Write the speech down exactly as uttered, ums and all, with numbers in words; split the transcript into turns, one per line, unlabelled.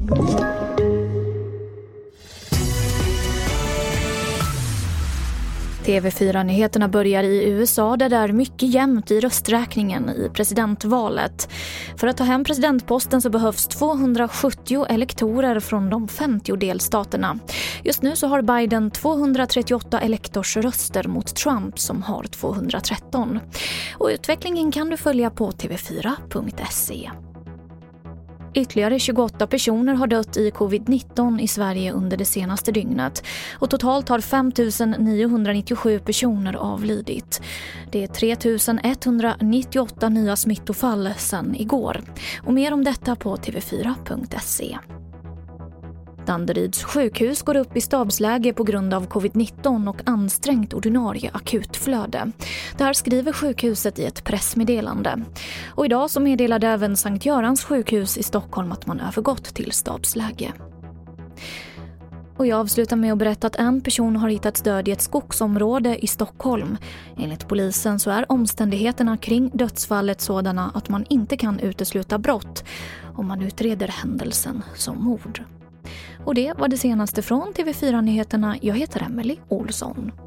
T V fyra-nyheterna börjar i U S A där det är mycket jämnt i rösträkningen i presidentvalet. För att ta hem presidentposten så behövs tvåhundrasjuttio elektorer från de femtio delstaterna. Just nu så har Biden tvåhundratrettioåtta elektorsröster mot Trump som har tvåhundratretton. Och utvecklingen kan du följa på t v fyra punkt se. Ytterligare tjugoåtta personer har dött i covid nitton i Sverige under det senaste dygnet och totalt har fem tusen niohundranittiosju personer avlidit. Det är tre tusen etthundranittioåtta nya smittofall sedan igår. Och mer om detta på t v fyra punkt se. Danderyds sjukhus går upp i stabsläge på grund av covid nitton och ansträngt ordinarie akutflöde. Det här skriver sjukhuset i ett pressmeddelande. Och idag så meddelade även Sankt Görans sjukhus i Stockholm att man övergått till stabsläge. Och jag avslutar med att berätta att en person har hittats död i ett skogsområde i Stockholm. Enligt polisen så är omständigheterna kring dödsfallet sådana att man inte kan utesluta brott om man utreder händelsen som mord. Och det var det senaste från T V fyra-nyheterna. Jag heter Emily Olsson.